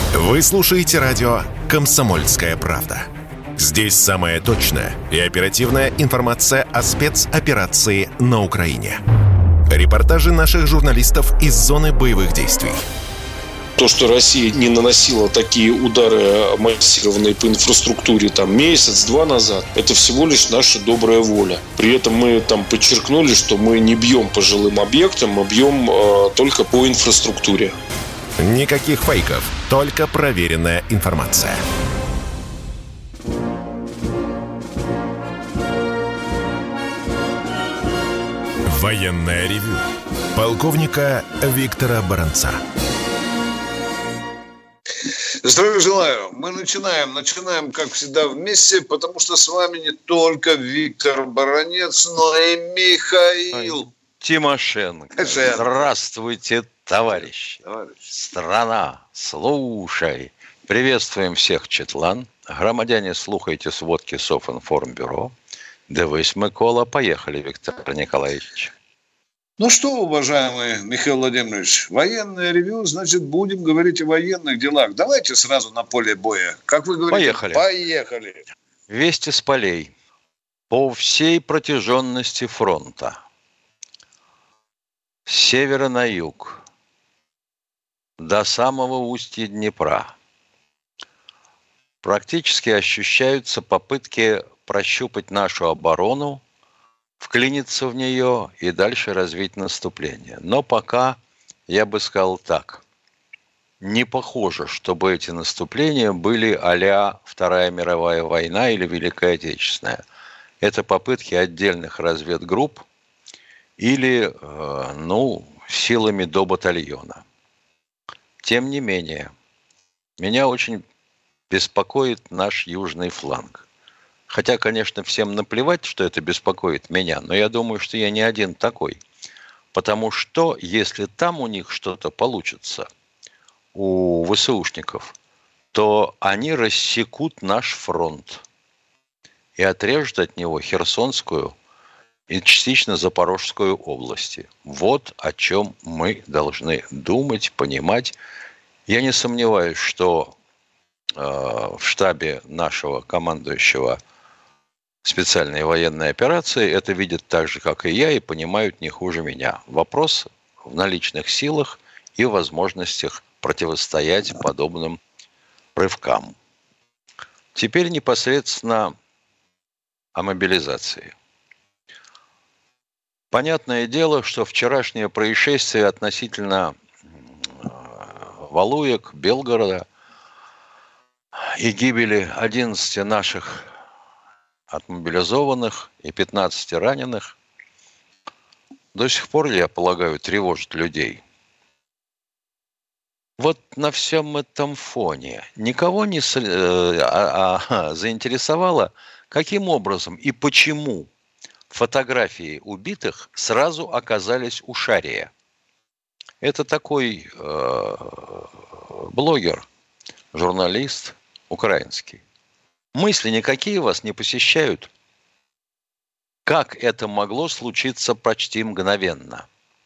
Вы слушаете радио «Комсомольская правда». Здесь самая точная и оперативная информация о спецоперации на Украине. Репортажи наших журналистов из зоны боевых действий. То, что Россия не наносила такие удары массированные по инфраструктуре там месяц-два назад, это всего лишь наша добрая воля. При этом мы там подчеркнули, что мы не бьем по жилым объектам, мы бьем только по инфраструктуре. Никаких фейков, только проверенная информация. Военное ревю полковника Виктора Баранца. Здравия желаю. Мы начинаем, как всегда, вместе, потому что с вами не только Виктор Баранец, но и Михаил Тимошенко. Здравствуйте, товарищи. Страна, слушай. Приветствуем всех, Четлан. Громадяне, слухайте сводки Софинформбюро. Дивись, Микола. Поехали, Виктор Николаевич. Ну что, уважаемый Михаил Владимирович, военное ревью, значит, будем говорить о военных делах. Давайте сразу на поле боя. Как вы говорите? Поехали. Вести с полей. По всей протяженности фронта. С севера на юг. До самого устья Днепра. Практически ощущаются попытки прощупать нашу оборону, вклиниться в нее и дальше развить наступление. Но пока, я бы сказал так, не похоже, чтобы эти наступления были а-ля Вторая мировая война или Великая Отечественная. Это попытки отдельных разведгрупп или, силами до батальона. Тем не менее, меня очень беспокоит наш южный фланг. Хотя, конечно, всем наплевать, что это беспокоит меня, но я думаю, что я не один такой. Потому что, если там у них что-то получится, у ВСУшников, то они рассекут наш фронт и отрежут от него Херсонскую и частично Запорожскую области. Вот о чем мы должны думать, понимать. Я не сомневаюсь, что в штабе нашего командующего специальной военной операции это видят так же, как и я, и понимают не хуже меня. Вопрос в наличных силах и возможностях противостоять подобным рывкам. Теперь непосредственно о мобилизации. Понятное дело, что вчерашнее происшествие относительно Валуек, Белгорода и гибели 11 наших отмобилизованных и 15 раненых до сих пор, я полагаю, тревожит людей. Вот на всем этом фоне никого не заинтересовало, каким образом и почему фотографии убитых сразу оказались у Шария. Это такой блогер, журналист украинский. Мысли никакие вас не посещают. Как это могло случиться почти мгновенно?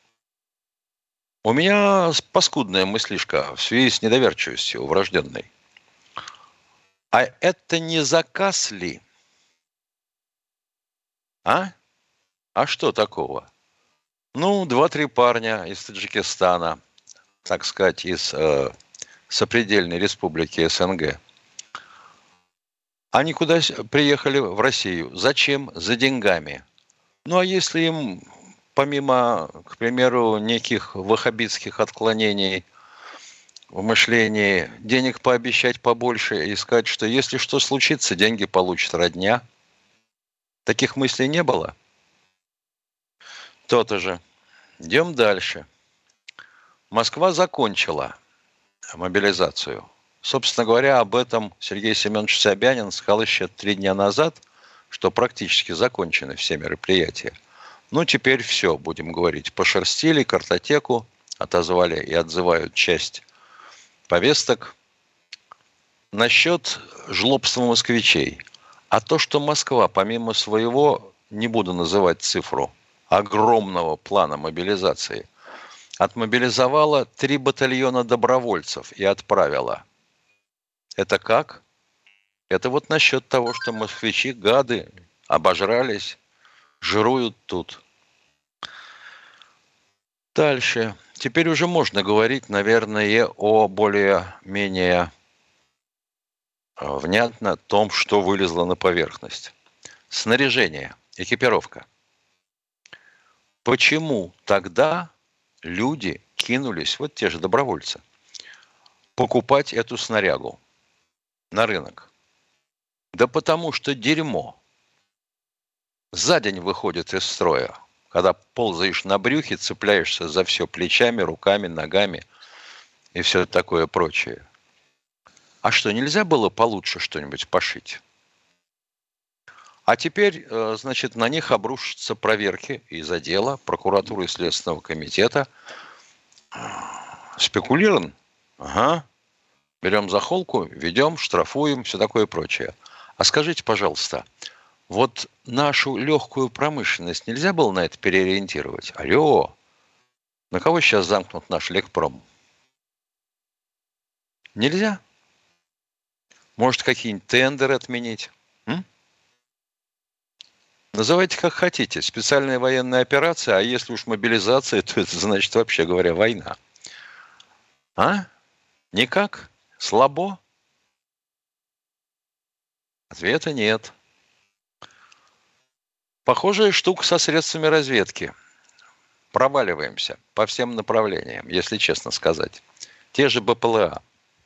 У меня паскудная мыслишка в связи с недоверчивостью врожденной. А это не заказ ли? А что такого? 2-3 парня из Таджикистана, так сказать, из сопредельной республики СНГ. Они куда приехали? В Россию. Зачем? За деньгами. А если им, помимо, к примеру, неких ваххабитских отклонений в мышлении, денег пообещать побольше и сказать, что если что случится, деньги получит родня? Таких мыслей не было? То-то же. Идем дальше. Москва закончила мобилизацию. Собственно говоря, об этом Сергей Семенович Собянин сказал еще 3 дня назад, что практически закончены все мероприятия. Теперь все, будем говорить, пошерстили картотеку, отозвали и отзывают часть повесток. Насчет жлобства москвичей. А то, что Москва, помимо своего, не буду называть цифру, огромного плана мобилизации, отмобилизовала 3 батальона добровольцев и отправила Это как? Это вот насчет того, что москвичи, гады, обожрались, жируют тут. Дальше. Теперь уже можно говорить, наверное, о более-менее внятно том, что вылезло на поверхность. Снаряжение, экипировка. Почему тогда люди кинулись, вот те же добровольцы, покупать эту снарягу на рынок? Да потому что дерьмо за день выходит из строя, когда ползаешь на брюхе, цепляешься за все плечами, руками, ногами и все такое прочее. А что, нельзя было получше что-нибудь пошить? А теперь, значит, на них обрушатся проверки из отдела, прокуратуры и Следственного комитета. Спекулируем? Ага. Берем за холку, ведем, штрафуем, все такое прочее. А скажите, пожалуйста, вот нашу легкую промышленность нельзя было на это переориентировать? Алло, на кого сейчас замкнут наш Лекпром? Нельзя? Может, какие-нибудь тендеры отменить? Называйте как хотите. Специальная военная операция, а если уж мобилизация, то это значит, вообще говоря, война. А? Никак? Слабо? Ответа нет. Похожая штука со средствами разведки. Проваливаемся по всем направлениям, если честно сказать. Те же БПЛА.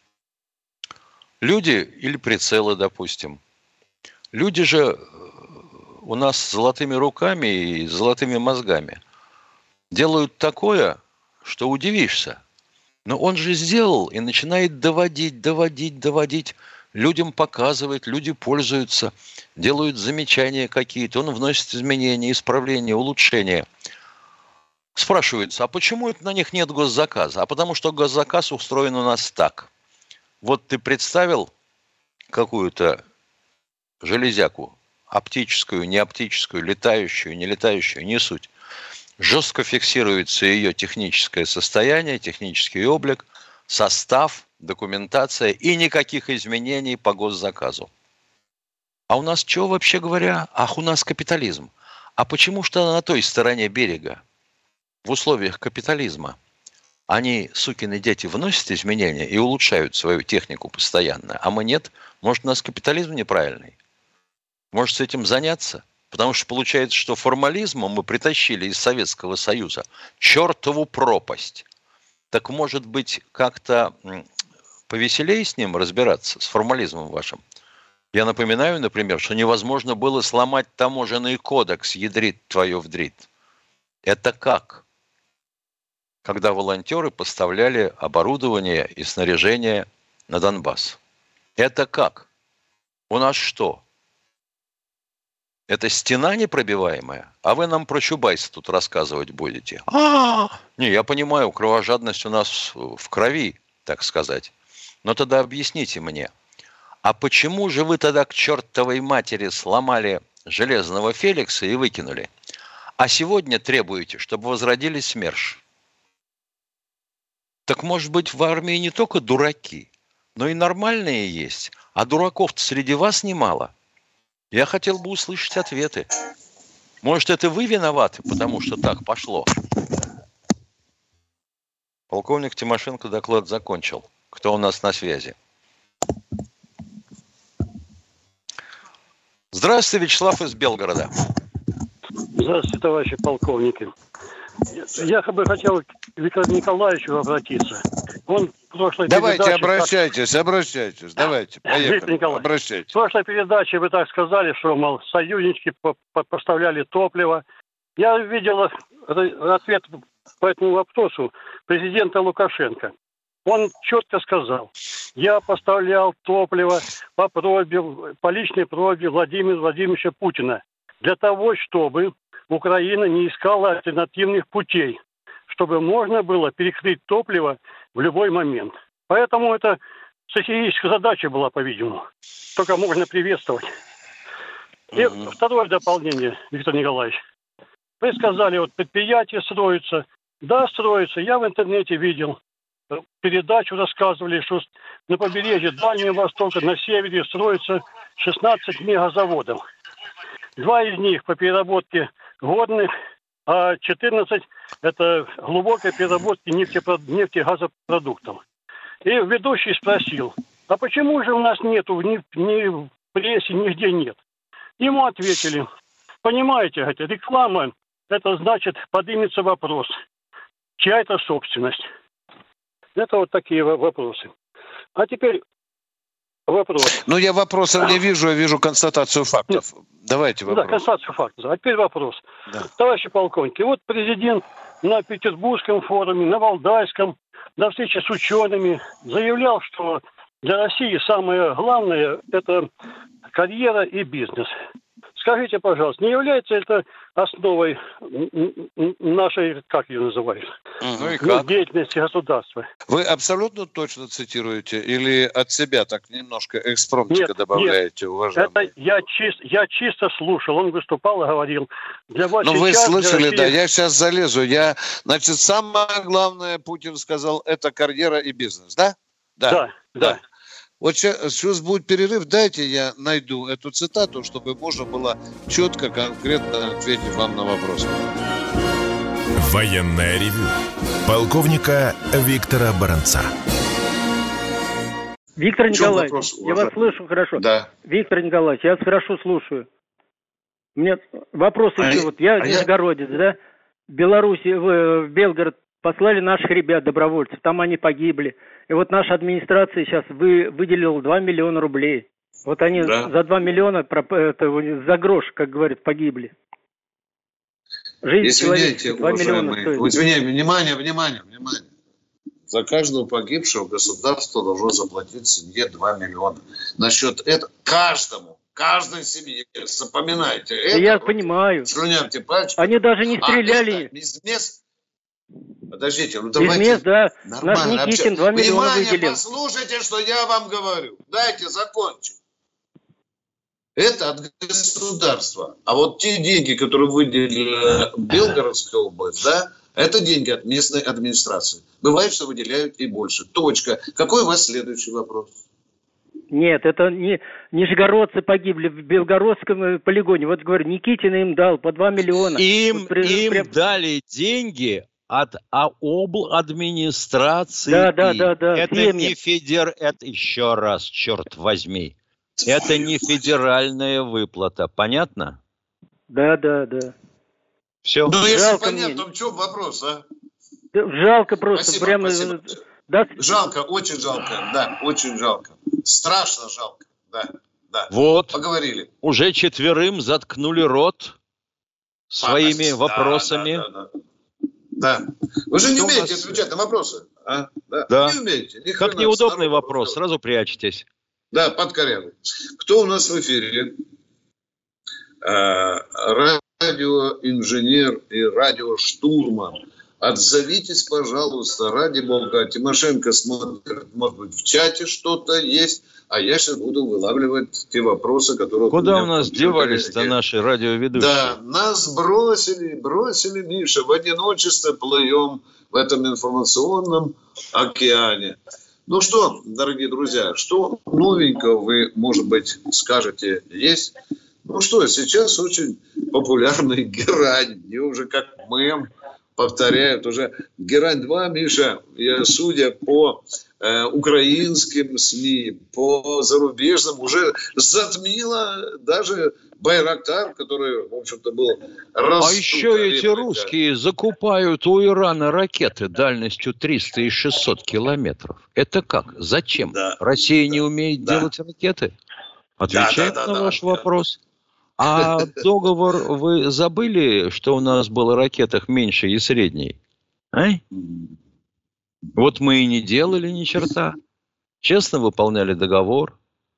Люди или прицелы, допустим. Люди же у нас с золотыми руками и золотыми мозгами делают такое, что удивишься. Но он же сделал и начинает доводить. Людям показывает, люди пользуются, делают замечания какие-то, он вносит изменения, исправления, улучшения. Спрашивается, а почему это на них нет госзаказа? А потому что госзаказ устроен у нас так. Вот ты представил какую-то железяку, оптическую, не оптическую, летающую, не летающую, не суть. Жестко фиксируется ее техническое состояние, технический облик, состав, документация и никаких изменений по госзаказу. А у нас что вообще говоря? Ах, у нас капитализм. А почему что на той стороне берега, в условиях капитализма, они, сукины дети, вносят изменения и улучшают свою технику постоянно, а мы нет? Может, у нас капитализм неправильный? Может, с этим заняться? Потому что получается, что формализмом мы притащили из Советского Союза чертову пропасть. Так может быть, как-то повеселее с ним разбираться, с формализмом вашим? Я напоминаю, например, что невозможно было сломать таможенный кодекс, ядрит твое вдрит. Это как? Когда волонтеры поставляли оборудование и снаряжение на Донбасс. Это как? У нас что? Это стена непробиваемая? А вы нам про Чубайса тут рассказывать будете? Не, я понимаю, кровожадность у нас в крови, так сказать. Но тогда объясните мне, а почему же вы тогда к чертовой матери сломали Железного Феликса и выкинули? А сегодня требуете, чтобы возродили СМЕРШ? Так может быть в армии не только дураки, но и нормальные есть, а дураков-то среди вас немало. Я хотел бы услышать ответы. Может, это вы виноваты, потому что так пошло? Полковник Тимошенко доклад закончил. Кто у нас на связи? Здравствуйте, Вячеслав из Белгорода. Здравствуйте, товарищи полковники. Я бы хотел к Виктору Николаевичу обратиться. Он в прошлой Давайте, передаче... обращайтесь. Давайте, поехали. Обращайтесь. В прошлой передаче вы так сказали, что, мол, союзнички поставляли топливо. Я видел ответ по этому вопросу президента Лукашенко. Он четко сказал, я поставлял топливо по личной просьбе Владимира Владимировича Путина для того, чтобы Украина не искала альтернативных путей, чтобы можно было перекрыть топливо в любой момент. Поэтому это стратегическая задача была, по-видимому. Только можно приветствовать. И второе дополнение, Виктор Николаевич. Вы сказали, вот предприятия строятся. Да, строятся. Я в интернете видел. передачу рассказывали, что на побережье Дальнего Востока, на севере строится 16 мегазаводов. 2 из них по переработке горных, а 14 – это глубокая переработка нефтегазопродуктов. И ведущий спросил, а почему же у нас нету, ни в прессе, нигде нет? Ему ответили, понимаете, реклама – это значит поднимется вопрос, чья это собственность. Это вот такие вопросы. А теперь вопрос. Ну, я вопросов не вижу, я вижу констатацию фактов. Давайте вопрос. Да, констатацию фактов. А теперь вопрос. Да. Товарищи полковники, вот президент на Петербургском форуме, на Валдайском, на встрече с учеными заявлял, что для России самое главное – это карьера и бизнес. Скажите, пожалуйста, не является это основой нашей, как ее называют, деятельности государства? Вы абсолютно точно цитируете или от себя так немножко экспромтика добавляете, уважаемый? Это я чисто слушал, он выступал и говорил. Для вас вы слышали, России... да, я сейчас залезу. Значит, самое главное, Путин сказал, это карьера и бизнес, да? Да. Вот сейчас будет перерыв, дайте я найду эту цитату, чтобы можно было четко, конкретно ответить вам на вопрос. Военное ревю полковника Виктора Баранца. Виктор Николаевич, я вас слышу хорошо. Да. Виктор Николаевич, я вас хорошо слушаю. У меня вопрос еще. Я нижегородец, да? В Беларуси, в Белгород послали наших ребят, добровольцев, там они погибли. И вот наша администрация сейчас выделила 2 миллиона рублей. Вот они за 2 миллиона, за грош, как говорят, погибли. Жизнь человека 2 миллиона стоит. Извиняйте, внимание. За каждого погибшего государство должно заплатить семье 2 миллиона. Насчет этого каждой семье, запоминайте. Я понимаю. Слюнявьте пальчики. Они даже не стреляли. Подождите, давайте. Без мест, да. Наш Никитин 2 миллиона выделил. Послушайте, что я вам говорю. Дайте закончить. Это от государства. А вот те деньги, которые выделили Белгородская область, да, это деньги от местной администрации. Бывает, что выделяют и больше. Точка. Какой у вас следующий вопрос? Нет, это не нижегородцы погибли в Белгородском полигоне. Вот говорю, Никитин им дал по 2 миллиона. Им дали деньги от администрации. Да. Это не это еще раз, черт возьми. Это не федеральная выплата. Понятно? Да. Все. Ну, если понятно, в чем вопрос, а? Жалко просто. Спасибо, прямо. Спасибо. Да. Жалко, очень жалко. Да, очень жалко. Страшно жалко. Да. Вот. Поговорили. Уже 4 заткнули рот своими вопросами. Да. Вы же не умеете отвечать на вопросы. А? Да. Не умеете. Как неудобный вопрос, сразу прячетесь. Да, под корягу. Кто у нас в эфире? Радиоинженер и радиоштурман. Отзовитесь, пожалуйста, ради бога. Тимошенко смотрит, может быть, в чате что-то есть, а я сейчас буду вылавливать те вопросы, которые... Куда у нас девались-то наши радиоведущие? Да, нас бросили, Миша, в одиночестве плывем в этом информационном океане. Ну что, дорогие друзья, что новенького вы, может быть, скажете есть? Ну что, сейчас очень популярный герань, мне уже как мем повторяют уже Герань-2, Миша, судя по украинским СМИ, по зарубежным, уже затмила даже Байрактар, который, в общем-то, был... А еще эти русские закупают у Ирана ракеты дальностью 300 и 600 километров. Это как? Зачем? Да. Россия не умеет делать ракеты? Отвечает на ваш вопрос. А договор вы забыли, что у нас было ракетах меньше и средней? Вот мы и не делали ни черта. Честно выполняли договор.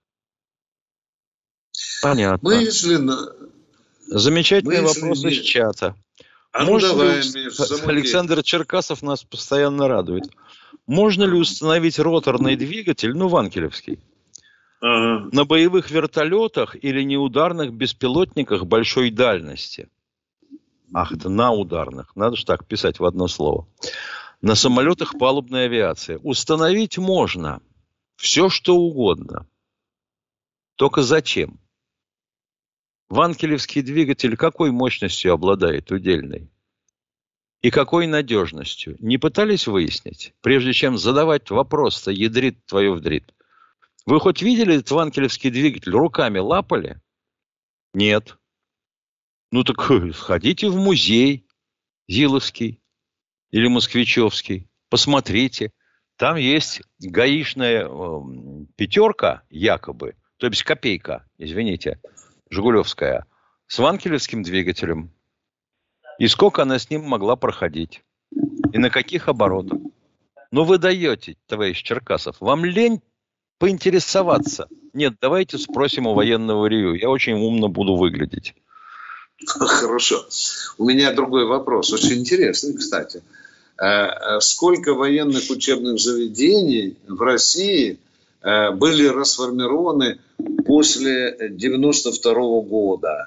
Понятно. Замечательный вопрос из чата. Александр Черкасов нас постоянно радует. Можно ли установить роторный двигатель, ванкелевский, на боевых вертолетах или неударных беспилотниках большой дальности? Ах, это на ударных. Надо же так писать в одно слово. На самолетах палубная авиация. Установить можно все, что угодно. Только зачем? Ванкелевский двигатель какой мощностью обладает удельной? И какой надежностью? Не пытались выяснить? Прежде чем задавать вопрос-то, ядрит твою вдрит. Вы хоть видели этот ванкелевский двигатель? Руками лапали? Нет. Ну так сходите в музей Зиловский или Москвичевский. Посмотрите. Там есть гаишная пятерка, якобы, то есть копейка, извините, жигулевская, с ванкелевским двигателем. И сколько она с ним могла проходить? И на каких оборотах? Ну вы даете, товарищ Черкасов, вам лень поинтересоваться? Нет, давайте спросим у военного ревью. Я очень умно буду выглядеть. Хорошо. У меня другой вопрос. Очень интересный, кстати. Сколько военных учебных заведений в России были расформированы после 92 года?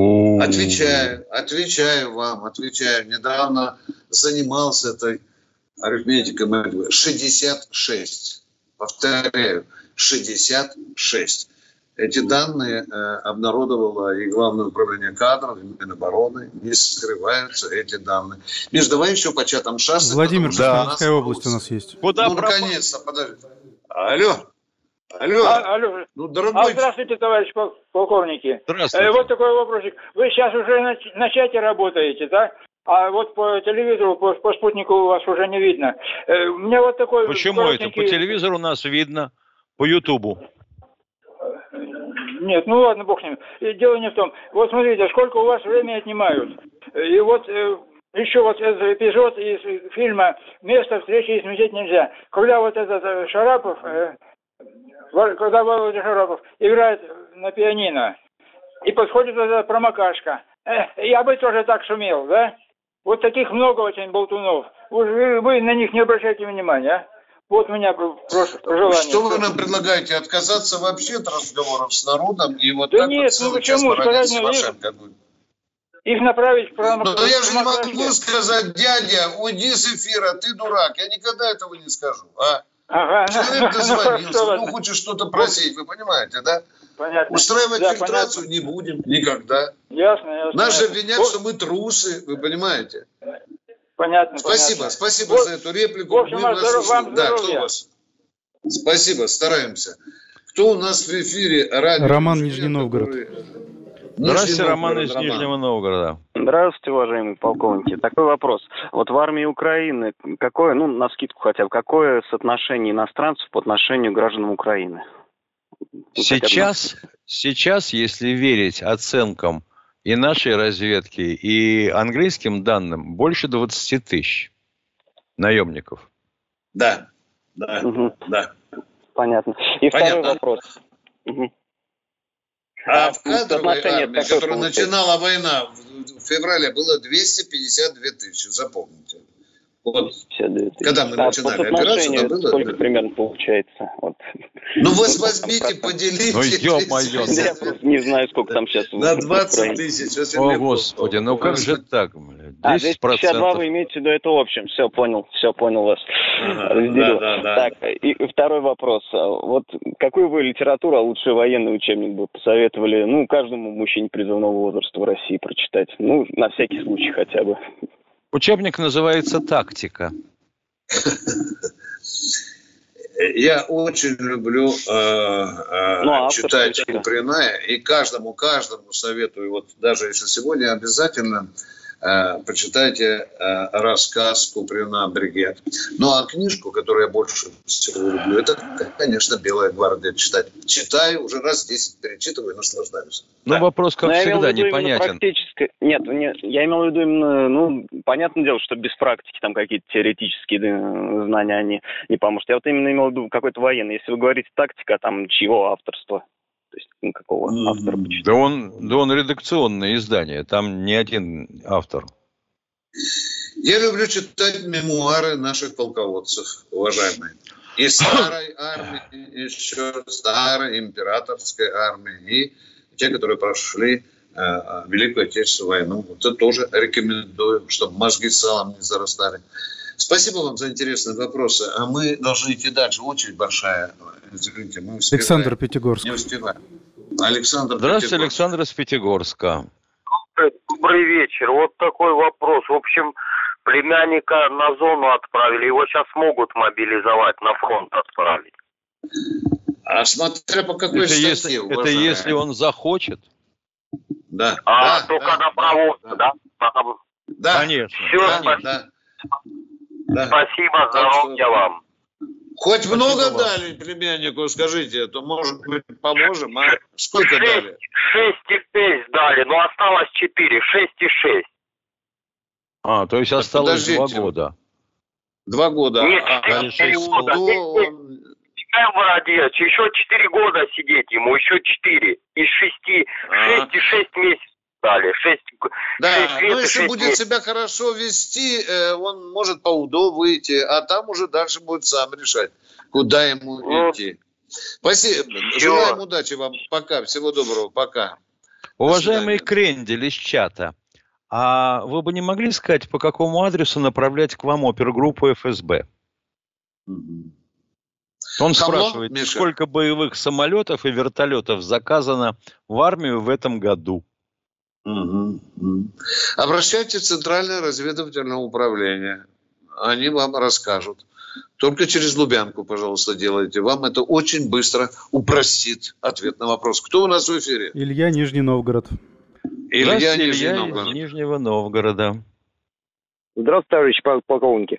Отвечаю вам. Недавно занимался этой арифметикой. 66. Повторяю, 66. Эти данные обнародовало и Главное управление кадров, и Минобороны. Не скрываются эти данные. Миш, давай еще по чатам шасси. Владимир, Красноярская область у нас есть. Куда наконец-то, подожди. Алло. Ну, дорогой... Здравствуйте, товарищ полковники. Здравствуйте. Вот такой вопросик. Вы сейчас уже на чате работаете, да? А вот по телевизору, по спутнику вас уже не видно. У меня вот такой... Почему это? По телевизору нас видно, по Ютубу. Нет, ну ладно, бог с ним. Дело не в том. Вот смотрите, сколько у вас времени отнимают. И вот еще вот этот эпизод из фильма «Место встречи изменить нельзя». Когда вот этот Шарапов, когда Володя Шарапов играет на пианино, и подходит эта промокашка. Я бы тоже так сумел, да? Вот таких много очень болтунов. Вы на них не обращайте внимания, а? Вот у меня пожелание. Что вы нам предлагаете? Отказаться вообще от разговоров с народом? И вот да так нет, вот почему? Сказать, их направить в Но я же не могу сказать: дядя, уйди с эфира, ты дурак. Я никогда этого не скажу. Ага. Человек дозвонился, хочет что-то просить, вы понимаете, да? Понятно. Устраивать фильтрацию не будем никогда. Ясно. Нас же обвинят, что мы трусы, вы понимаете? Понятно. Спасибо за эту реплику. В общем, вам здоровья. Кто у вас? Спасибо, стараемся. Кто у нас в эфире? Роман, Нижний Новгород. Здравствуйте, Роман из Нижнего Новгорода. Здравствуйте, уважаемые полковники. Такой вопрос. Вот в армии Украины какое, навскидку хотя бы, какое соотношение иностранцев по отношению к гражданам Украины? Сейчас, если верить оценкам и нашей разведки, и английским данным, больше 20 тысяч наемников. Да. Понятно. И второй вопрос. А в кадровой армии, которая начинала война в феврале, было 252 тысячи, запомните. Вот, когда мы начинали операцию, это было... Сколько примерно получается? Вот. Ну, вы возьмите, поделите. Ну, ё-моё. Я просто не знаю, сколько там сейчас. На 20 тысяч. О, Господи, ну как же так, блядь? 10%. 252 вы имеете в виду, это в общем. Все понял вас. Да. Так, и второй вопрос. Вот какую вы литературу, а лучше военный учебник бы посоветовали, каждому мужчине призывного возраста в России прочитать? На всякий случай хотя бы. Учебник называется «Тактика». Я очень люблю читать Куприна, и каждому советую, вот даже если сегодня обязательно почитайте рассказ Куприна «Бригет». Ну, а книжку, которую я больше всего люблю, это, конечно, «Белая гвардия» читать. Читаю, уже раз 10 перечитываю, наслаждаюсь. Вопрос, как всегда, непонятен. Нет, я имел в виду именно, понятное дело, что без практики там какие-то теоретические знания они не поможет. Я вот именно имел в виду какой-то военный. Если вы говорите тактика, там чьего авторства? То есть какого автора почитать? Да он редакционное издание, там не один автор. Я люблю читать мемуары наших полководцев, уважаемые. И старой армии, еще старой императорской армии, и те, которые прошли Великую Отечественную войну. Это тоже рекомендую, чтобы мозги салом не зарастали. Спасибо вам за интересные вопросы. А мы должны идти дальше. Очередь большая. Извините, мы успеваем. Александр, Пятигорск. Не успеваем. Александр, Здравствуйте, Пятигорск. Александр из Пятигорска. Добрый вечер. Вот такой вопрос. В общем, племянника на зону отправили. Его сейчас могут мобилизовать, на фронт отправить. А смотря по какой статье, это если он захочет. Да. Только добровольно, да? Да. Конечно. Все, Да. Спасибо, здоровья вам. Хоть Спасибо много вам. дали племяннику, скажите, то, может быть, поможем, а? Сколько 6,5 дали? дали, но осталось 4, 6,6. То есть осталось подождите. 2 года. 2 года. Нет, 4 года. Михаил Владимирович, еще 4 года сидеть ему, еще 4. Из 6, 6,6 месяцев дали. 6 Да, лет но и если 6 будет месяцев. себя хорошо вести, он может по УДО выйти, а там уже дальше будет сам решать, куда ему идти. Спасибо. Желаем удачи вам. Пока. Всего доброго. Пока. Уважаемый Крендель из чата, а вы бы не могли сказать, по какому адресу направлять к вам опергруппу ФСБ? Он спрашивает, Миша? сколько боевых самолетов и вертолетов заказано в армию в этом году? Обращайтесь в Центральное разведывательное управление. Они вам расскажут. Только через Лубянку, пожалуйста, делайте. Вам это очень быстро упростит ответ на вопрос. Кто у нас в эфире? Илья, Нижний Новгород. Илья, Нижний Илья Новгород. из Нижнего Новгорода. Здравствуйте, товарищи полковники.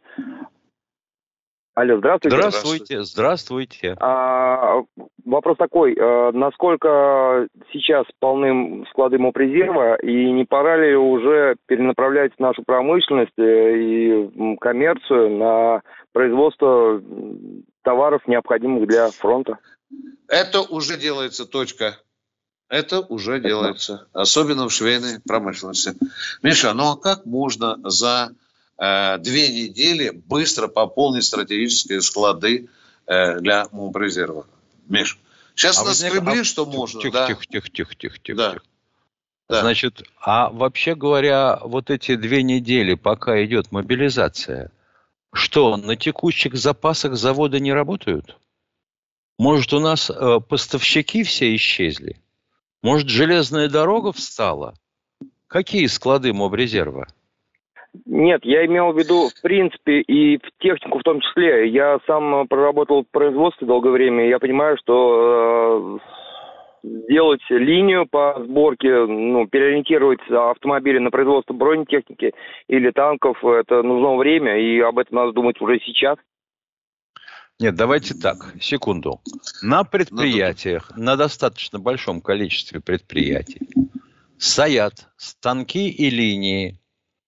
Алло, здравствуйте. Здравствуйте. Вопрос такой. Насколько сейчас полны склады мобрезерва, и не пора ли уже перенаправлять нашу промышленность и коммерцию на производство товаров, необходимых для фронта? Это уже делается, точка. Это уже делается. Особенно в швейной промышленности. Миша, ну а как можно за 2 недели быстро пополнить стратегические склады для мобрезерва? Миш, сейчас наскребли, что можно. Тихо. Значит, а вообще говоря, вот эти 2 недели, пока идет мобилизация, что, на текущих запасах заводы не работают? Может, у нас поставщики все исчезли? Может, железная дорога встала? Какие склады мобрезерва? Нет, я имел в виду, в принципе, и в технику в том числе. Я сам проработал в производстве долгое время, и я понимаю, что сделать линию по сборке, переориентировать автомобили на производство бронетехники или танков, это нужно время, и об этом надо думать уже сейчас. Нет, давайте так, секунду. На предприятиях, на достаточно большом количестве предприятий стоят станки и линии,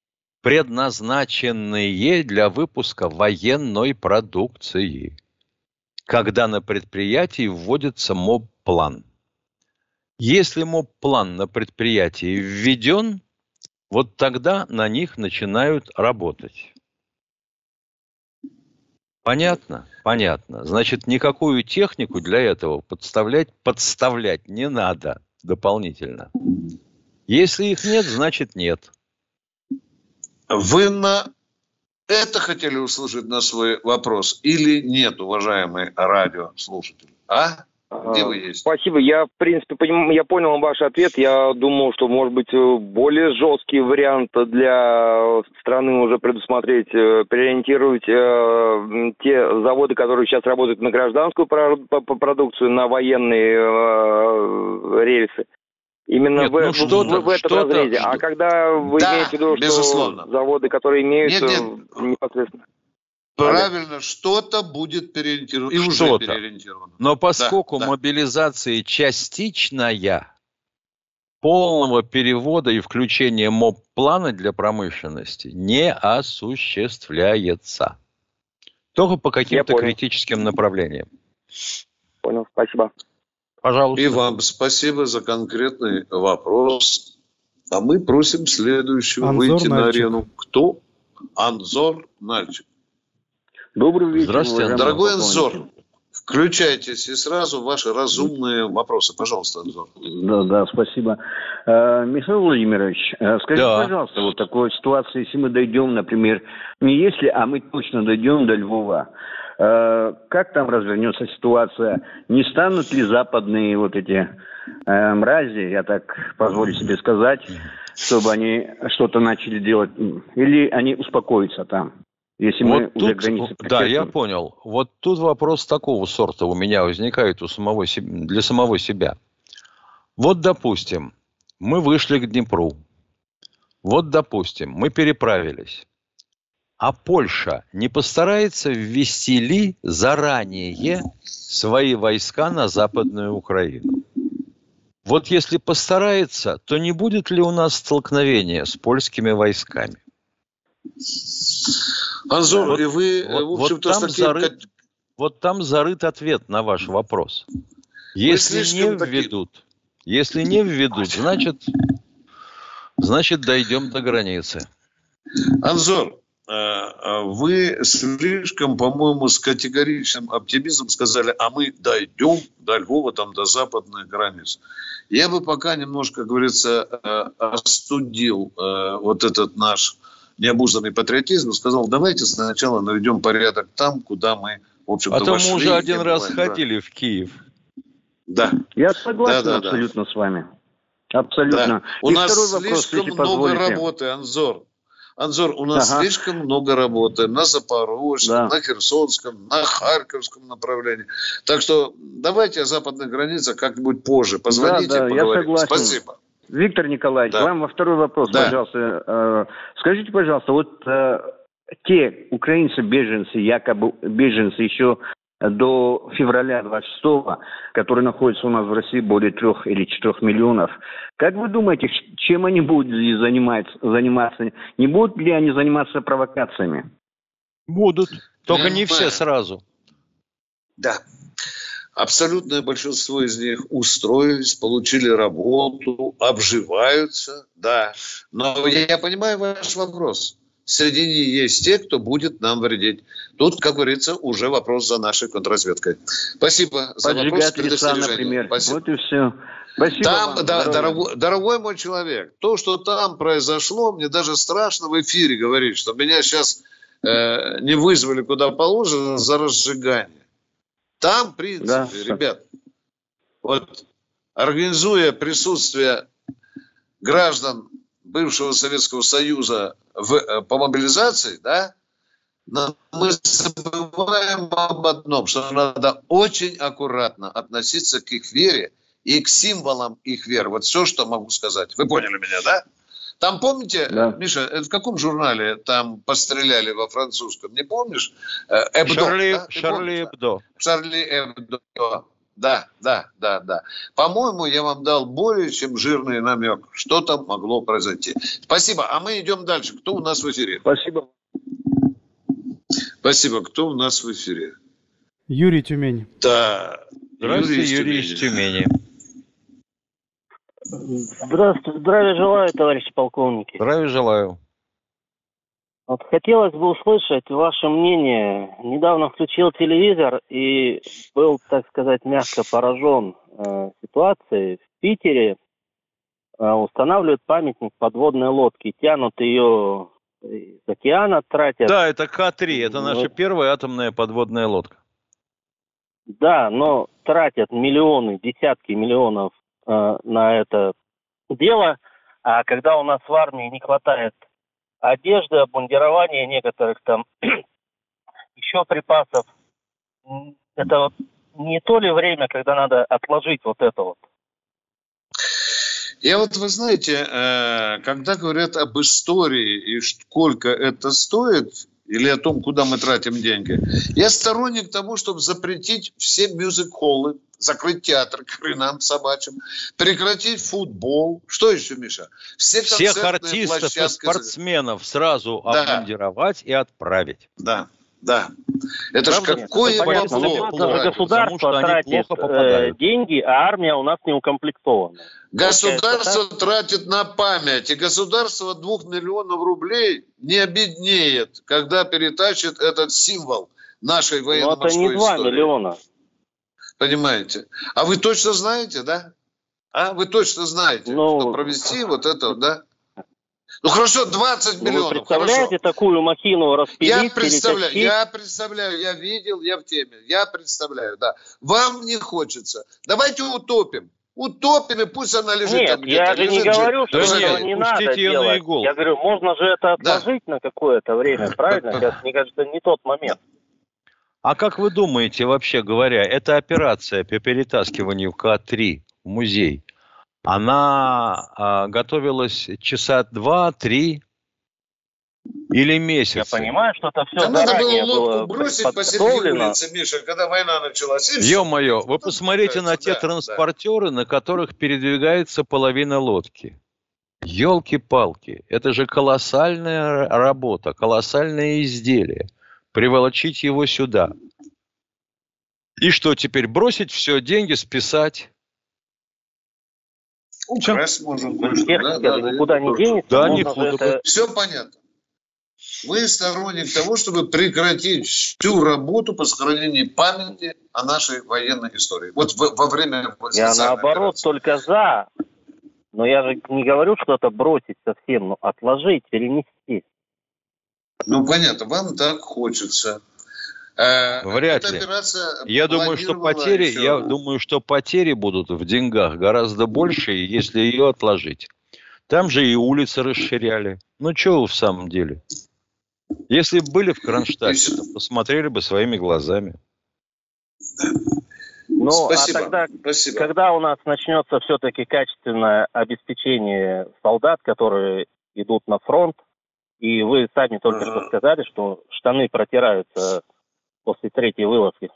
предназначенные для выпуска военной продукции, когда на предприятии вводится МОБ-план. Если МОБ-план на предприятии введен, вот тогда на них начинают работать. Понятно? Понятно. Значит, никакую технику для этого подставлять не надо дополнительно. Если их нет, значит нет. Вы на это хотели услышать на свой вопрос или нет, уважаемый радиослушатель? Где вы есть? Спасибо. Я, в принципе, я понял ваш ответ. Я думал, что, может быть, более жесткий вариант для страны уже предусмотреть, переориентировать те заводы, которые сейчас работают на гражданскую продукцию, на военные рельсы. Именно Нет, в этом разрезе. А когда вы имеете в виду, безусловно. Что заводы, которые имеют непосредственно... Правильно, что-то будет переориентировано. И уже переориентировано. Но поскольку мобилизация частичная, полного перевода и включения МОБ-плана для промышленности не осуществляется. Только по каким-то критическим направлениям. Понял, спасибо. Пожалуйста. И вам спасибо за конкретный вопрос. А мы просим следующего выйти на арену. Кто? Анзор Нальчик. Добрый вечер. Здравствуйте, дорогой Анзор. Включайтесь и сразу ваши разумные вопросы. Пожалуйста, Анзор. Да, спасибо. Михаил Владимирович, скажите, пожалуйста, вот такой ситуации, если мы дойдем, например, не если, а мы точно дойдем до Львова, как там развернется ситуация? Не станут ли западные вот эти мрази, я так позволю себе сказать, чтобы они что-то начали делать, или они успокоятся там? Если вот мы уже границы прочеркнем. Да, я понял. Вот тут вопрос такого сорта у меня возникает для самого себя. Вот, допустим, мы вышли к Днепру. Вот, допустим, мы переправились. А Польша не постарается ввести ли заранее свои войска на Западную Украину? Вот если постарается, то не будет ли у нас столкновения с польскими войсками? Анзор, вот, и вы, в общем-то, вот там зарыт ответ на ваш вопрос. Если не введут, значит дойдем до границы. Анзор, вы слишком, по-моему, с категоричным оптимизмом сказали, а мы дойдем до Львова, там, до западной границы. Я бы пока немножко, как говорится, остудил вот этот наш необузданный патриотизм, сказал, давайте сначала наведем порядок там, куда мы, в общем-то, вошли. А то мы уже один раз ходили в Киев. Да. Я согласен абсолютно с вами. Абсолютно. Да. У нас слишком много работы, Анзор. Анзор, у нас слишком много работы на Запорожье, на Херсонском, на Харьковском направлении. Так что давайте о западных границах как-нибудь позже. Позвоните, поговорим. Я согласен. Спасибо. Виктор Николаевич, вам во второй вопрос, пожалуйста. Скажите, пожалуйста, вот те украинцы-беженцы, якобы беженцы еще до февраля 26-го, которые находятся у нас в России более 3 или 4 миллионов, как вы думаете, чем они будут заниматься? Не будут ли они заниматься провокациями? Будут, только не все сразу. Да. Абсолютное большинство из них устроились, получили работу, обживаются, да. Но я понимаю ваш вопрос. Среди них есть те, кто будет нам вредить. Тут, как говорится, уже вопрос за нашей контрразведкой. Спасибо за вопрос. Леса, например. Спасибо. Вот и все. Спасибо там, вам, да, дорогой мой человек, то, что там произошло, мне даже страшно в эфире говорить, что меня сейчас не вызвали куда положено за разжигание. Там, в принципе, ребят, вот организуя присутствие граждан бывшего Советского Союза по мобилизации, да, мы забываем об одном, что надо очень аккуратно относиться к их вере и к символам их веры. Вот все, что могу сказать. Вы поняли меня, да? Там, помните, Миша, в каком журнале там постреляли во французском? Не помнишь? Шарли Эбдо. Шарли Эбдо. Да. По-моему, я вам дал более чем жирный намек, что там могло произойти. Спасибо. А мы идем дальше. Кто у нас в эфире? Спасибо. Кто у нас в эфире? Юрий, Тюмень. Да. Здравствуйте, Юрий из Тюмени. Здравствуйте, здравия желаю, товарищи полковники. Здравия желаю. Вот хотелось бы услышать ваше мнение. Недавно включил телевизор и был, так сказать, мягко поражен ситуацией. В Питере устанавливают памятник подводной лодки, тянут ее из океана, тратят. Да, это К-3, это наша первая атомная подводная лодка. Да, но тратят миллионы, десятки миллионов на это дело, а когда у нас в армии не хватает одежды, обмундирования, некоторых там еще припасов, это вот не то ли время, когда надо отложить вот это вот? Я вот, вы знаете, когда говорят об истории и сколько это стоит, или о том, куда мы тратим деньги, я сторонник того, чтобы запретить все мюзик-холлы, закрыть театр к хренам собачьим, прекратить футбол. Что еще, Миша? Всех артистов и спортсменов сразу обмундировать и отправить. Да. Это же какое плохо. Государство тратит деньги, а армия у нас не укомплектована. Государство тратит на память, и государство 2 миллионов рублей не обеднеет, когда перетащит этот символ нашей военно-морской истории. Но это не 2 миллиона. Понимаете? А вы точно знаете, да? Вы точно знаете, что провести вот это, да? Ну хорошо, 20 миллионов. Вы представляете такую махину распилить? Я представляю, я видел, я в теме. Я представляю, да. Вам не хочется. Давайте утопим. Утопим, и пусть она лежит там где-то. Нет, я же не говорю, что этого не надо делать. Я говорю, можно же это отложить на какое-то время, правильно? Сейчас, мне кажется, не тот момент. А как вы думаете, вообще говоря, эта операция по перетаскиванию К-3 в музей, она готовилась часа 2-3 или месяц? Я понимаю, что это все заранее было лодку бросить посреди улицы, Миша, когда война началась. Ё-моё, вы посмотрите на те транспортеры, на которых передвигается половина лодки. Ёлки-палки, это же колоссальная работа, колоссальное изделие. Приволочить его сюда. И что теперь, бросить все, деньги списать? Украсть можно. Никуда не денется. Да, никуда. Все понятно. Мы сторонник того, чтобы прекратить всю работу по сохранению памяти о нашей военной истории. Вот во время... Я наоборот операции. Только за. Но я же не говорю, что это бросить совсем, но отложить, перенести. Ну, понятно, вам так хочется. Вряд ли. Я думаю, что потери будут в деньгах гораздо больше, если ее отложить. Там же и улицы расширяли. Ну, что вы в самом деле? Если бы были в Кронштадте, то посмотрели бы своими глазами. Ну, спасибо. А тогда, когда у нас начнется все-таки качественное обеспечение солдат, которые идут на фронт, и вы сами только что сказали, что штаны протираются после третьей вылазки.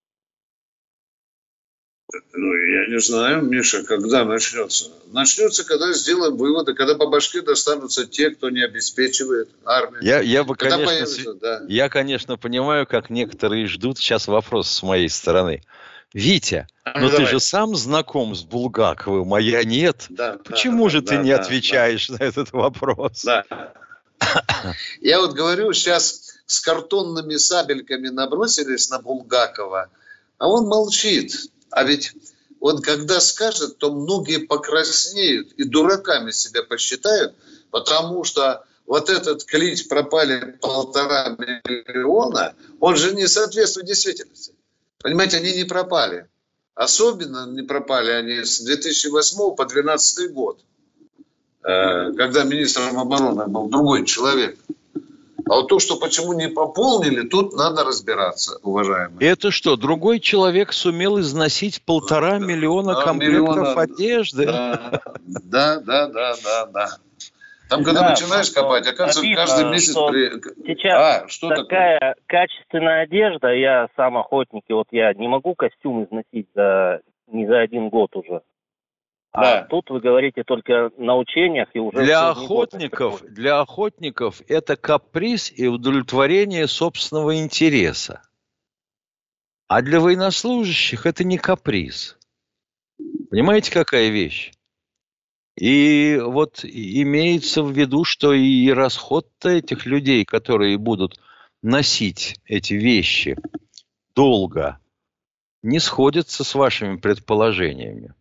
Ну, я не знаю, Миша, когда начнется. Начнется, когда сделаем выводы, когда по башке достанутся те, кто не обеспечивает армию. Я, конечно, понимаю, как некоторые ждут. Сейчас вопрос с моей стороны. Витя, ты же сам знаком с Булгаковым, а я нет. Почему же ты не отвечаешь на этот вопрос? Да. Я вот говорю, сейчас с картонными сабельками набросились на Булгакова, а он молчит. А ведь он когда скажет, то многие покраснеют и дураками себя посчитают, потому что вот этот клич «пропали 1,5 миллиона», он же не соответствует действительности. Понимаете, они не пропали. Особенно не пропали они с 2008 по 2012 год, когда министром обороны был другой человек. А вот то, что почему не пополнили, тут надо разбираться, уважаемые. Это что, другой человек сумел износить 1,5 миллиона комплектов одежды? Да. Там, когда начинаешь копать, оказывается, каждый месяц... Сейчас такая качественная одежда, я сам охотник, и вот я не могу костюм износить не за один год уже. А тут вы говорите только на учениях и уже... Для охотников это каприз и удовлетворение собственного интереса. А для военнослужащих это не каприз. Понимаете, какая вещь? И вот имеется в виду, что и расход-то этих людей, которые будут носить эти вещи долго, не сходится с вашими предположениями.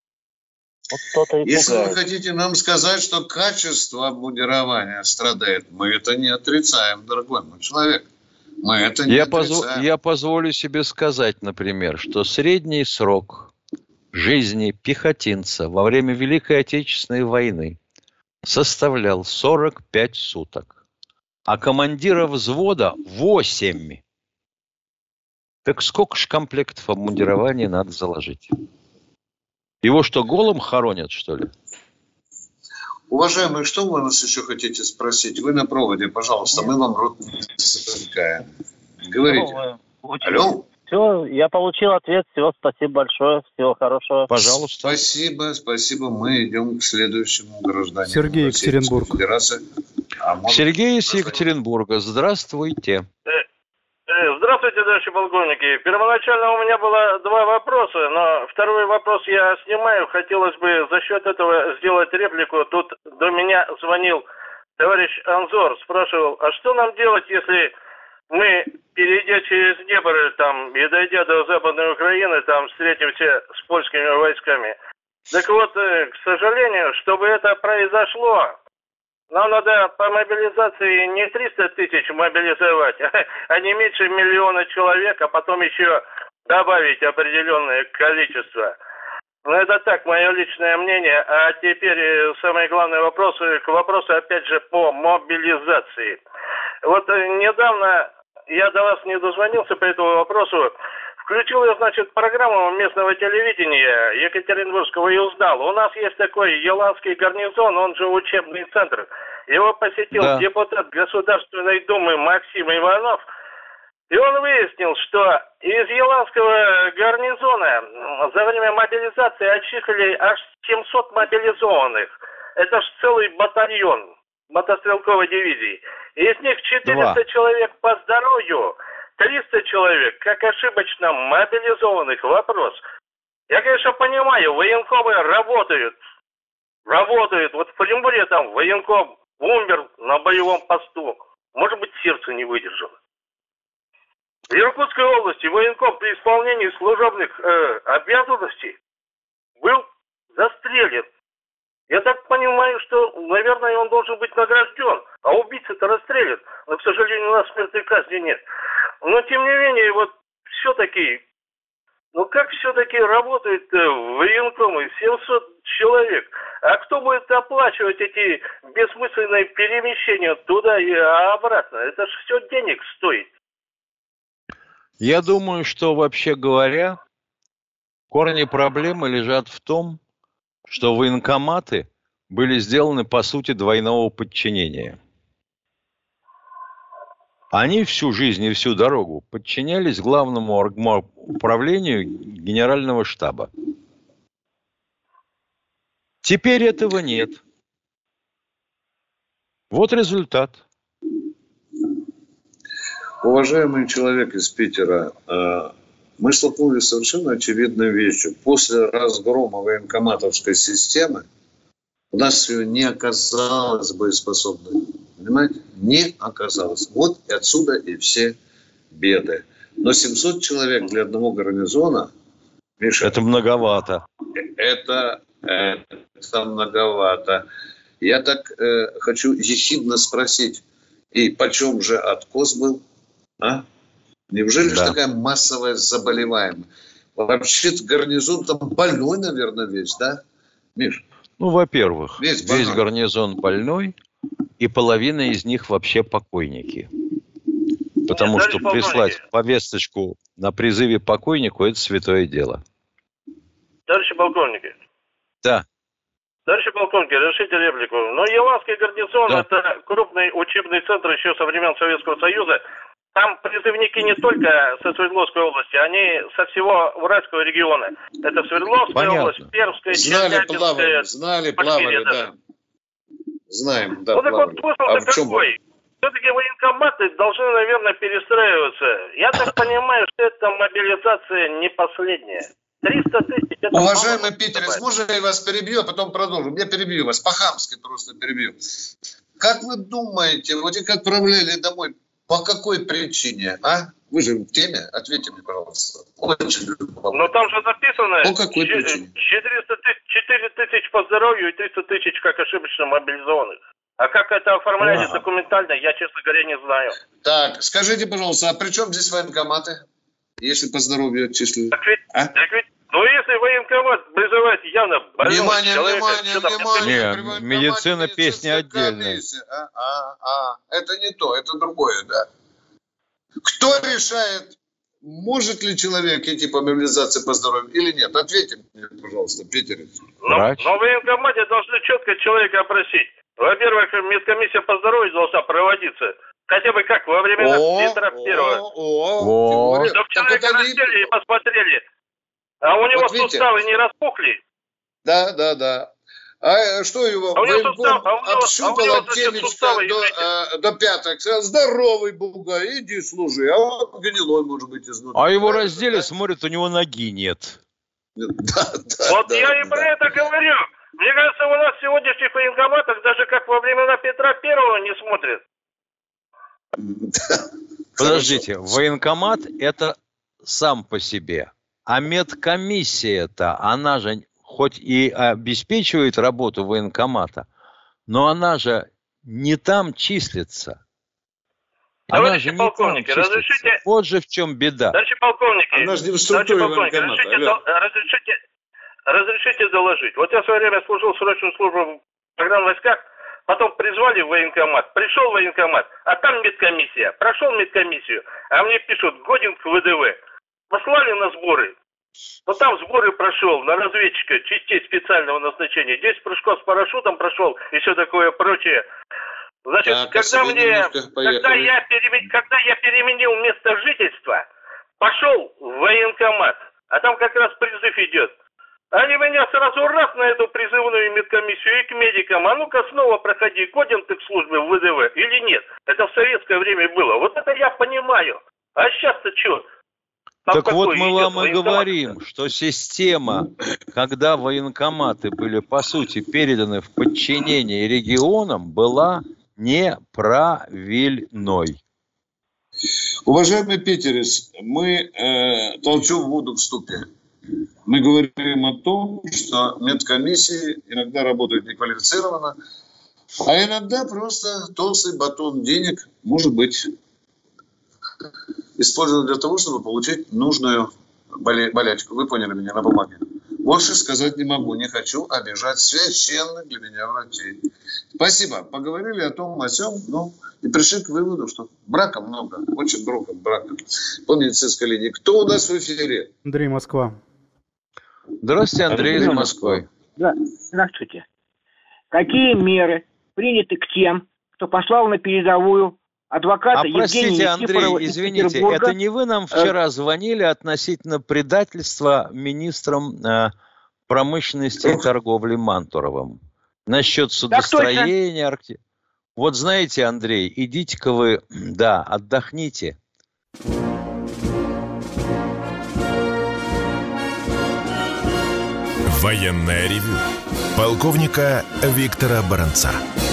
Если вы хотите нам сказать, что качество обмундирования страдает, мы это не отрицаем, дорогой мой человек. Мы это не отрицаем. Я позволю себе сказать, например, что средний срок жизни пехотинца во время Великой Отечественной войны составлял 45 суток, а командира взвода 8. Так сколько ж комплектов обмундирования надо заложить? Его что, голым хоронят, что ли? Уважаемые, что вы нас еще хотите спросить? Вы на проводе, пожалуйста, мы вам рот не затыкаем. Говорите. Алло? Все, я получил ответ. Все, спасибо большое. Всего хорошего. Пожалуйста. Спасибо. Мы идем к следующему гражданину. Сергей, Екатеринбург. Сергей из Екатеринбурга. Здравствуйте. Здравствуйте, товарищи полковники. Первоначально у меня было 2 вопроса, но второй вопрос я снимаю. Хотелось бы за счет этого сделать реплику. Тут до меня звонил товарищ Анзор, спрашивал, а что нам делать, если мы, перейдя через Днепр там, и дойдя до Западной Украины, там встретимся с польскими войсками. Так вот, к сожалению, чтобы это произошло, нам надо по мобилизации не 300 тысяч мобилизовать, а не меньше 1 миллиона человек, а потом еще добавить определенное количество. Ну, это так, мое личное мнение. А теперь самый главный вопрос, к вопросу, опять же, по мобилизации. Вот недавно я до вас не дозвонился по этому вопросу. Включил я, значит, программу местного телевидения Екатеринбургского и узнал. У нас есть такой Еланский гарнизон, он же учебный центр. Его посетил депутат Государственной Думы Максим Иванов. И он выяснил, что из Еланского гарнизона за время мобилизации отчислили аж 700 мобилизованных. Это ж целый батальон мотострелковой дивизии. Из них 400 человек по здоровью, 300 человек, как ошибочно, мобилизованных. Вопрос. Я, конечно, понимаю, военкомы работают. Вот в Приморье там военком умер на боевом посту. Может быть, сердце не выдержало. В Иркутской области военком при исполнении служебных обязанностей был застрелен. Я так понимаю, что, наверное, он должен быть награжден, а убийца-то расстрелян. Но, к сожалению, у нас смертной казни нет. Но, тем не менее, вот все-таки, как все-таки работают военкомы? 700 человек. А кто будет оплачивать эти бессмысленные перемещения туда и обратно? Это же все денег стоит. Я думаю, что, вообще говоря, корни проблемы лежат в том, что военкоматы были сделаны, по сути, двойного подчинения. Они всю жизнь и всю дорогу подчинялись главному управлению Генерального штаба. Теперь этого нет. Вот результат. Уважаемый человек из Питера, мы столкнулись с совершенно очевидной вещью. После разгрома военкоматовской системы у нас ее не оказалось боеспособной. Понимаете? Не оказалось. Вот и отсюда и все беды. Но 700 человек для одного гарнизона, Миша... Это многовато. Это многовато. Я так хочу ехидно спросить, и почем же откос был? А? Неужели же такая массовая заболеваемость? Вообще-то гарнизон там больной, наверное, весь, да, Миш? Ну, во-первых, весь гарнизон больной, и половина из них вообще покойники. Потому что прислать повесточку на призыве покойнику – это святое дело. Товарищи полковники. Да. Товарищи полковники, решите реплику. Но Еланский гарнизон – это крупный учебный центр еще со времен Советского Союза. Там призывники не только со Свердловской области, они со всего Уральского региона. Это Свердловская область, Пермская, Челябинская. Знали, плавали, да. Знаем, да, так вот, смысл какой? Все-таки военкоматы должны, наверное, перестраиваться. Я так понимаю, что эта мобилизация не последняя. 300 тысяч. Уважаемый питерец, можно я вас перебью, а потом продолжу? Я перебью вас, по-хамски просто перебью. Как вы думаете, вот их отправляли домой, по какой причине, а? Вы же в теме, ответьте мне, пожалуйста. Очень любопытно. Но там же написано... По какой причине? 4 тысяч по здоровью и 300 тысяч как ошибочно мобилизованных. А как это оформляли документально, я, честно говоря, не знаю. Так, скажите, пожалуйста, а при чем здесь военкоматы, если по здоровью отчислили? Так ведь, если военкомат призывает явно больного человека... Внимание. Медицина песни отдельная. Это не то, это другое, да. Кто решает, может ли человек идти по мобилизации по здоровью или нет? Ответьте мне, пожалуйста, питерец. Но в военкомате должны четко человека опросить. Во-первых, медкомиссия по здоровью должна проводиться. Хотя бы как во времена Петра Первого. Чтобы человека раздели и посмотрели. А у него суставы не распухли? Да. А что его военком общупал от темечка до пяток? Здоровый бугай, иди служи. А он гнилой, может быть, изнутри. А его раздели, смотрят, у него ноги нет. Вот я и про это говорю. Мне кажется, у нас в сегодняшних военкоматах даже как во времена Петра Первого не смотрят. Подождите, военкомат – это сам по себе. А медкомиссия-то, она же хоть и обеспечивает работу военкомата, но она же не там числится. Она же не там числится. Разрешите... Вот же в чем беда. Товарищи полковники, она же не в структуре военкомата. Разрешите доложить. Вот я в свое время служил срочную службу в пограничных войсках, потом призвали в военкомат, пришел в военкомат, а там медкомиссия. Прошел медкомиссию, а мне пишут, годен к ВДВ. Послали на сборы. Но там сборы прошел на разведчика частей специального назначения. 10 прыжков с парашютом прошел и все такое прочее. Значит, когда я переменил место жительства, пошел в военкомат, а там как раз призыв идет. Они меня сразу раз на эту призывную медкомиссию и к медикам. А ну-ка снова проходи, годен ты к службе в ВДВ или нет. Это в советское время было. Вот это я понимаю. А сейчас-то что? Так вот мы вам и говорим, что система, когда военкоматы были, по сути, переданы в подчинение регионам, была неправильной. Уважаемый питерец, мы толчем воду в ступе. Мы говорим о том, что медкомиссии иногда работают неквалифицированно, а иногда просто толстый батон денег может быть использован для того, чтобы получить нужную болячку. Вы поняли меня на бумаге. Больше сказать не могу, не хочу обижать священных для меня врачей. Спасибо. Поговорили о том, о сём, и пришли к выводу, что брака много, очень много брака по медицинской линии. Кто у нас в эфире? Андрей, Москва. Здравствуйте, Андрей из Москвы. Да, здравствуйте. Какие меры приняты к тем, кто послал на передовую адвоката простите, Евгения Андрей, Никифорова из извините, Петербурга? это не вы нам вчера звонили относительно предательства министром промышленности и торговли Мантуровым насчет судостроения? Вот знаете, Андрей, идите-ка вы, отдохните. Военное ревю полковника Виктора Баранца.